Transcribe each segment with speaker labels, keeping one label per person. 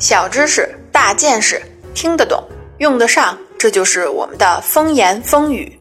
Speaker 1: 小知识，大见识，听得懂，用得上，这就是我们的风言风语。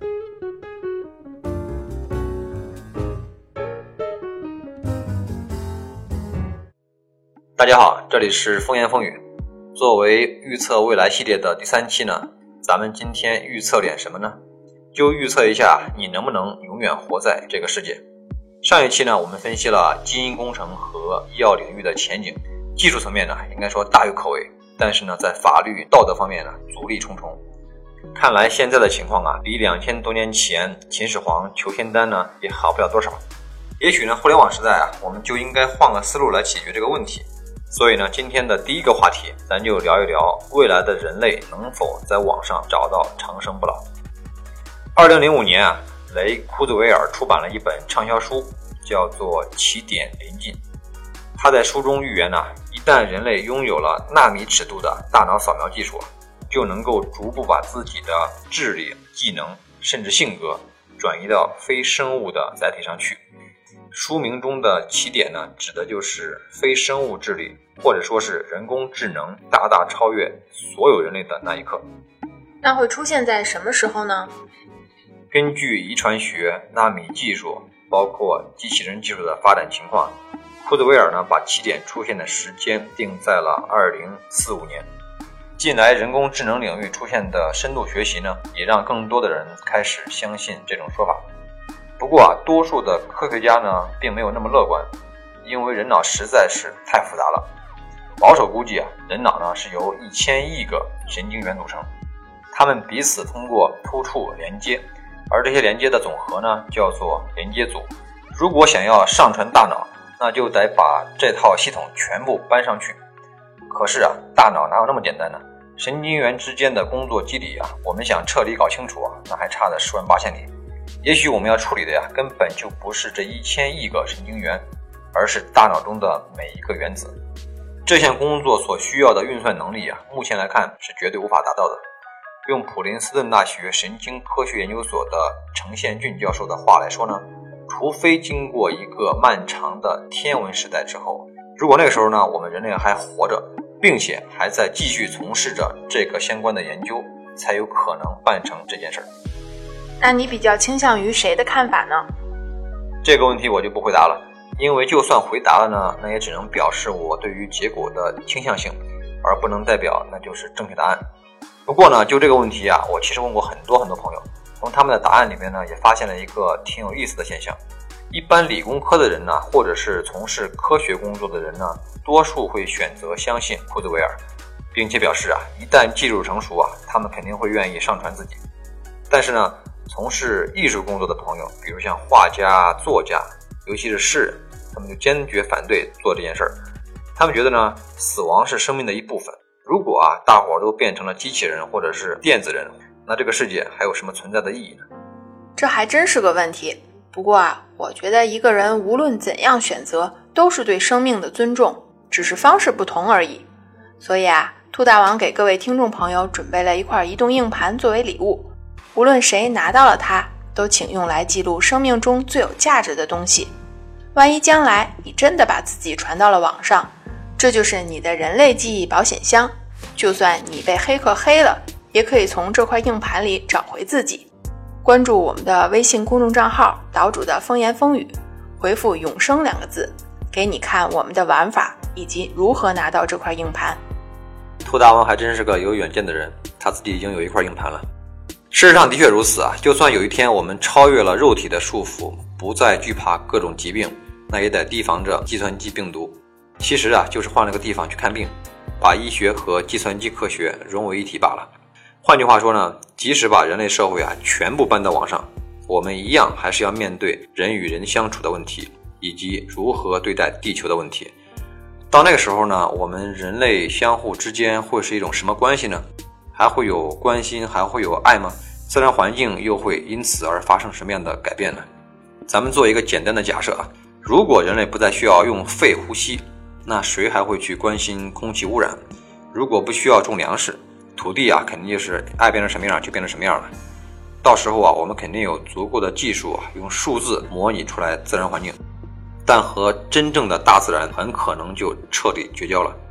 Speaker 2: 大家好，这里是风言风语。作为预测未来系列的第3期呢，咱们今天预测点什么呢？就预测一下你能不能永远活在这个世界。上一期呢，我们分析了基因工程和医药领域的前景，技术层面呢，应该说大有可为，但是呢，在法律道德方面呢，阻力重重。看来现在的情况啊，比2000多年前秦始皇求仙丹呢，也好不了多少。也许呢，互联网时代啊，我们就应该换个思路来解决这个问题。所以呢，今天的第一个话题，咱就聊一聊未来的人类能否在网上找到长生不老。2005年啊，雷库兹韦尔出版了一本畅销书，叫做《起点临近》。他在书中预言呢，一旦人类拥有了纳米尺度的大脑扫描技术，就能够逐步把自己的智力、技能甚至性格转移到非生物的载体上去。书名中的起点呢，指的就是非生物智力，或者说是人工智能大大超越所有人类的那一刻。
Speaker 1: 那会出现在什么时候呢？
Speaker 2: 根据遗传学、纳米技术，包括机器人技术的发展情况，库兹韦尔呢把起点出现的时间定在了2045年。近来人工智能领域出现的深度学习呢，也让更多的人开始相信这种说法。不过啊，多数的科学家呢并没有那么乐观，因为人脑实在是太复杂了。保守估计啊，人脑呢是由1000亿个神经元组成，它们彼此通过突触连接，而这些连接的总和呢叫做连接组。如果想要上传大脑，那就得把这套系统全部搬上去。可是啊，大脑哪有那么简单呢？神经元之间的工作机理啊，我们想彻底搞清楚啊，那还差得10万8千里。也许我们要处理的呀，根本就不是这1000亿个神经元，而是大脑中的每一个原子。这项工作所需要的运算能力啊，目前来看是绝对无法达到的。用普林斯顿大学神经科学研究所的程宪俊教授的话来说呢，除非经过一个漫长的天文时代之后，如果那个时候呢，我们人类还活着，并且还在继续从事着这个相关的研究，才有可能办成这件事儿。
Speaker 1: 那你比较倾向于谁的看法呢？
Speaker 2: 这个问题我就不回答了，因为就算回答了呢，那也只能表示我对于结果的倾向性，而不能代表那就是正确答案。不过呢，就这个问题啊，我其实问过很多朋友，从他们的答案里面呢，也发现了一个挺有意思的现象。一般理工科的人呢，或者是从事科学工作的人呢，多数会选择相信库兹韦尔，并且表示啊，一旦技术成熟啊，他们肯定会愿意上传自己。但是呢，从事艺术工作的朋友，比如像画家、作家，尤其是诗人，他们就坚决反对做这件事儿。他们觉得呢，死亡是生命的一部分。如果啊，大伙儿都变成了机器人或者是电子人，那这个世界还有什么存在的意义呢？
Speaker 1: 这还真是个问题。不过啊，我觉得一个人无论怎样选择，都是对生命的尊重，只是方式不同而已。所以啊，兔大王给各位听众朋友准备了一块移动硬盘作为礼物，无论谁拿到了它，都请用来记录生命中最有价值的东西。万一将来你真的把自己传到了网上，这就是你的人类记忆保险箱，就算你被黑客黑了，也可以从这块硬盘里找回自己。关注我们的微信公众账号岛主的风言风语，回复永生2个字，给你看我们的玩法以及如何拿到这块硬盘。
Speaker 2: 兔大王还真是个有远见的人，他自己已经有一块硬盘了。事实上的确如此啊，就算有一天我们超越了肉体的束缚，不再惧怕各种疾病，那也得提防着计算机病毒。其实啊，就是换了个地方去看病，把医学和计算机科学融为一体罢了。换句话说呢，即使把人类社会啊全部搬到网上，我们一样还是要面对人与人相处的问题，以及如何对待地球的问题。到那个时候呢，我们人类相互之间会是一种什么关系呢？还会有关心，还会有爱吗？自然环境又会因此而发生什么样的改变呢？咱们做一个简单的假设啊，如果人类不再需要用肺呼吸，那谁还会去关心空气污染？如果不需要种粮食，土地啊肯定就是爱变成什么样就变成什么样了。到时候啊，我们肯定有足够的技术啊，用数字模拟出来自然环境，但和真正的大自然很可能就彻底绝交了。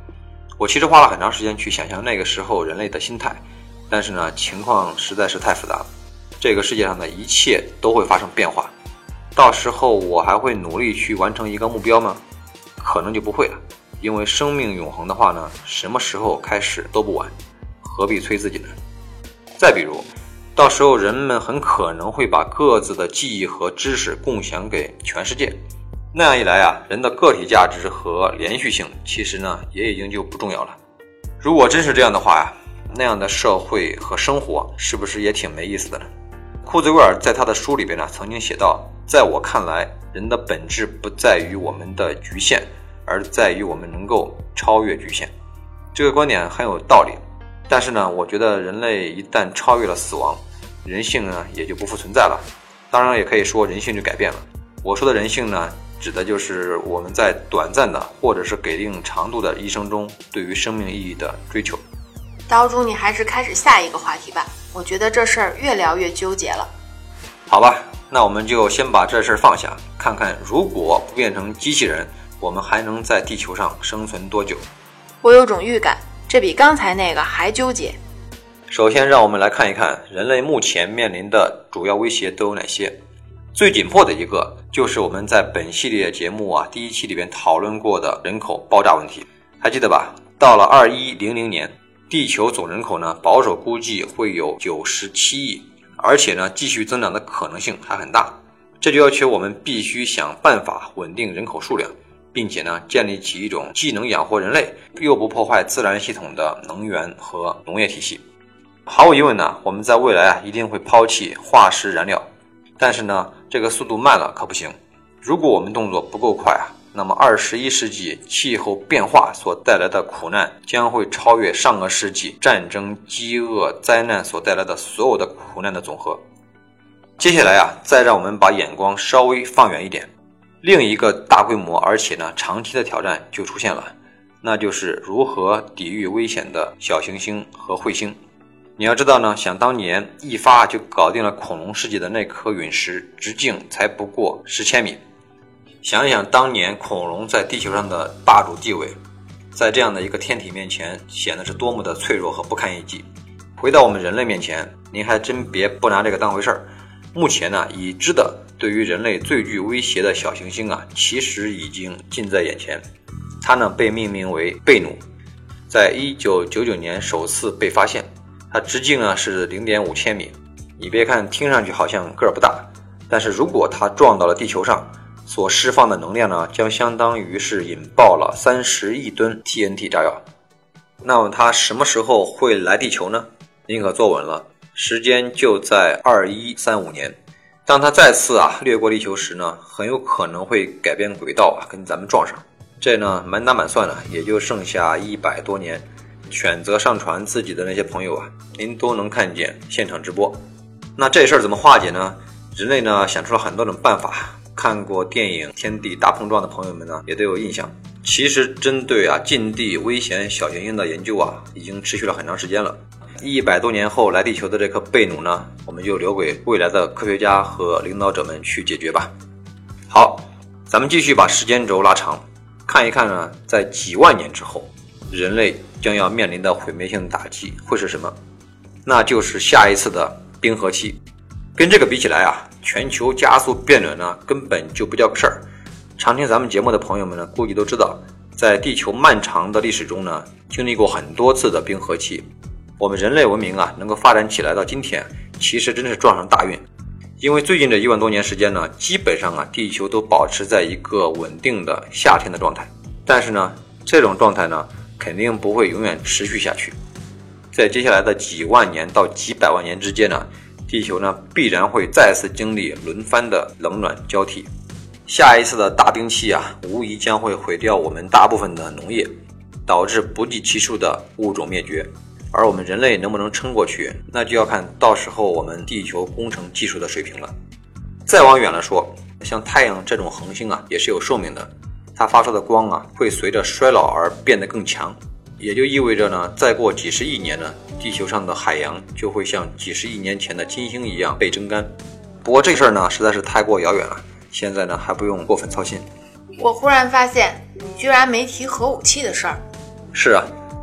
Speaker 2: 我其实花了很长时间去想象那个时候人类的心态，但是呢，情况实在是太复杂了。这个世界上的一切都会发生变化，到时候我还会努力去完成一个目标吗？可能就不会了，因为生命永恒的话呢，什么时候开始都不晚，何必催自己呢？再比如，到时候人们很可能会把各自的记忆和知识共享给全世界，那样一来啊，人的个体价值和连续性其实呢也已经就不重要了。如果真是这样的话呀，那样的社会和生活是不是也挺没意思的呢？库兹韦尔在他的书里边呢曾经写到，在我看来，人的本质不在于我们的局限，而在于我们能够超越局限。这个观点很有道理，但是呢，我觉得人类一旦超越了死亡，人性呢也就不复存在了。当然也可以说人性就改变了。我说的人性呢，指的就是我们在短暂的或者是给定长度的一生中对于生命意义的追求。
Speaker 1: 岛主，你还是开始下一个话题吧，我觉得这事儿越聊越纠结了。
Speaker 2: 好吧，那我们就先把这事儿放下，看看如果不变成机器人，我们还能在地球上生存多久。
Speaker 1: 我有种预感，这比刚才那个还纠结。
Speaker 2: 首先让我们来看一看人类目前面临的主要威胁都有哪些。最紧迫的一个就是我们在本系列节目第一期里边讨论过的人口爆炸问题，还记得吧？到了2100年，地球总人口呢保守估计会有97亿，而且呢继续增长的可能性还很大。这就要求我们必须想办法稳定人口数量，并且呢建立起一种既能养活人类又不破坏自然系统的能源和农业体系。毫无疑问呢，我们在未来一定会抛弃化石燃料，但是呢这个速度慢了可不行。如果我们动作不够快那么21世纪气候变化所带来的苦难将会超越上个世纪战争、饥饿、灾难所带来的所有的苦难的总和。接下来再让我们把眼光稍微放远一点，另一个大规模而且呢长期的挑战就出现了，那就是如何抵御危险的小行星和彗星。你要知道呢，想当年一发就搞定了恐龙世界的那颗陨石，直径才不过10千米。想一想当年恐龙在地球上的霸主地位，在这样的一个天体面前显得是多么的脆弱和不堪一击。回到我们人类面前，您还真别不拿这个当回事儿。目前呢，已知的对于人类最具威胁的小行星其实已经近在眼前。它呢被命名为贝努，在1999年首次被发现，它直径呢是0.5千米。你别看听上去好像个儿不大，但是如果它撞到了地球上，所释放的能量呢将相当于是引爆了30亿吨 TNT 炸药。那么它什么时候会来地球呢？您可坐稳了，时间就在2135年。当它再次掠过地球时呢，很有可能会改变轨道跟咱们撞上。这呢满打满算也就剩下100多年。选择上传自己的那些朋友您都能看见现场直播。那这事儿怎么化解呢？人类呢想出了很多种办法，看过电影《天地大碰撞》的朋友们呢也都有印象。其实针对近地危险小行星的研究已经持续了很长时间了。100多年后来地球的这颗贝努呢，我们就留给未来的科学家和领导者们去解决吧。好，咱们继续把时间轴拉长，看一看呢，在几万年之后，人类将要面临的毁灭性打击会是什么？那就是下一次的冰河期。跟这个比起来全球加速变暖呢根本就不叫个事儿。常听咱们节目的朋友们呢估计都知道，在地球漫长的历史中呢，经历过很多次的冰河期。我们人类文明能够发展起来到今天，其实真是撞上大运。因为最近这1万多年时间呢，基本上地球都保持在一个稳定的夏天的状态。但是呢，这种状态呢肯定不会永远持续下去。在接下来的几万年到几百万年之间呢，地球呢必然会再次经历轮番的冷暖交替。下一次的大冰期无疑将会毁掉我们大部分的农业，导致不计其数的物种灭绝。而我们人类能不能撑过去，那就要看到时候我们地球工程技术的水平了。再往远了说，像太阳这种恒星也是有寿命的，它发出的光会随着衰老而变得更强，也就意味着呢，再过几十亿年呢，地球上的海洋就会像几十亿年前的金星一样被蒸干。不过这事儿呢实在是太过遥远了，现在呢还不用过分操心。
Speaker 1: 我忽然发现你居然没提核武器的事儿。
Speaker 2: 是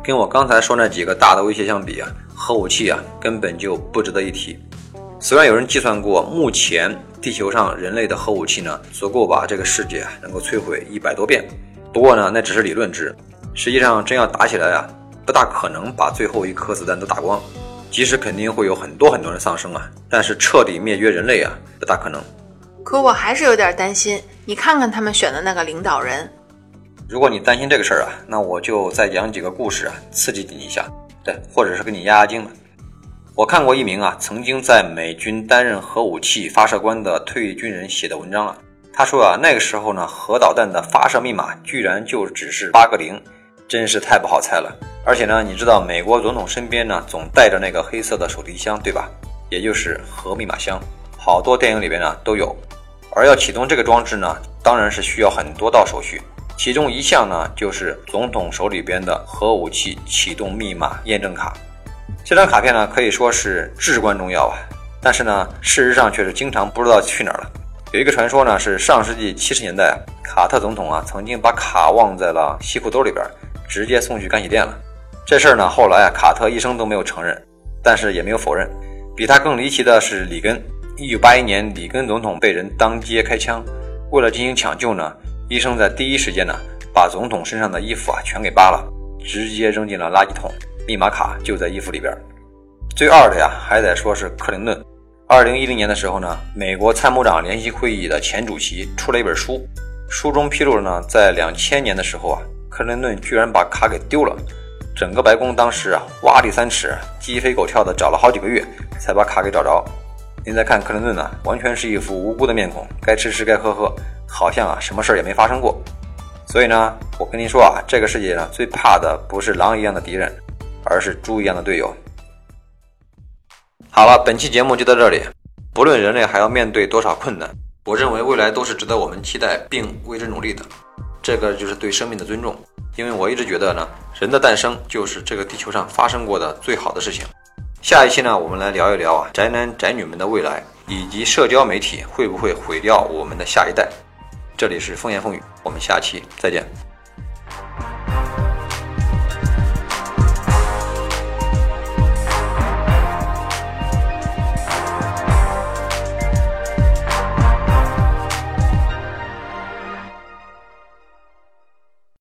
Speaker 2: 跟我刚才说那几个大的威胁相比啊，核武器啊根本就不值得一提。虽然有人计算过，目前地球上人类的核武器呢，足够把这个世界能够摧毁100多遍，不过呢，那只是理论值，实际上真要打起来啊，不大可能把最后一颗子弹都打光。即使肯定会有很多人丧生啊，但是彻底灭绝人类啊，不大可能。
Speaker 1: 可我还是有点担心，你看看他们选的那个领导人。
Speaker 2: 如果你担心这个事儿啊，那我就再讲几个故事啊，刺激你一下，对，或者是给你压压惊的。我看过一名啊，曾经在美军担任核武器发射官的退役军人写的文章啊，他说啊，那个时候呢，核导弹的发射密码居然就只是8个0，真是太不好猜了。而且呢，你知道美国总统身边呢总带着那个黑色的手提箱，对吧？也就是核密码箱，好多电影里边呢都有。而要启动这个装置呢，当然是需要很多道手续，其中一项呢就是总统手里边的核武器启动密码验证卡。这张卡片呢可以说是至关重要啊，但是呢事实上却是经常不知道去哪儿了。有一个传说呢是上世纪70年代卡特总统啊曾经把卡忘在了西裤兜里边，直接送去干洗店了。这事儿呢后来卡特一声都没有承认，但是也没有否认。比他更离奇的是里根。1981年里根总统被人当街开枪，为了进行抢救呢，医生在第一时间呢把总统身上的衣服啊全给扒了，直接扔进了垃圾桶，密码卡就在衣服里边。最二的呀还得说是克林顿。2010年的时候呢，美国参谋长联席会议的前主席出了一本书，书中披露了呢，在2000年的时候啊，克林顿居然把卡给丢了。整个白宫当时啊挖地3尺，鸡飞狗跳的找了好几个月才把卡给找着。您再看克林顿呢，完全是一副无辜的面孔，该吃吃该喝喝，好像啊什么事儿也没发生过。所以呢，我跟您说啊，这个世界呢最怕的不是狼一样的敌人，而是猪一样的队友。好了，本期节目就到这里。不论人类还要面对多少困难，我认为未来都是值得我们期待并为之努力的。这个就是对生命的尊重，因为我一直觉得呢，人的诞生就是这个地球上发生过的最好的事情。下一期呢，我们来聊一聊啊，宅男宅女们的未来，以及社交媒体会不会毁掉我们的下一代。这里是风言风语，我们下期再见。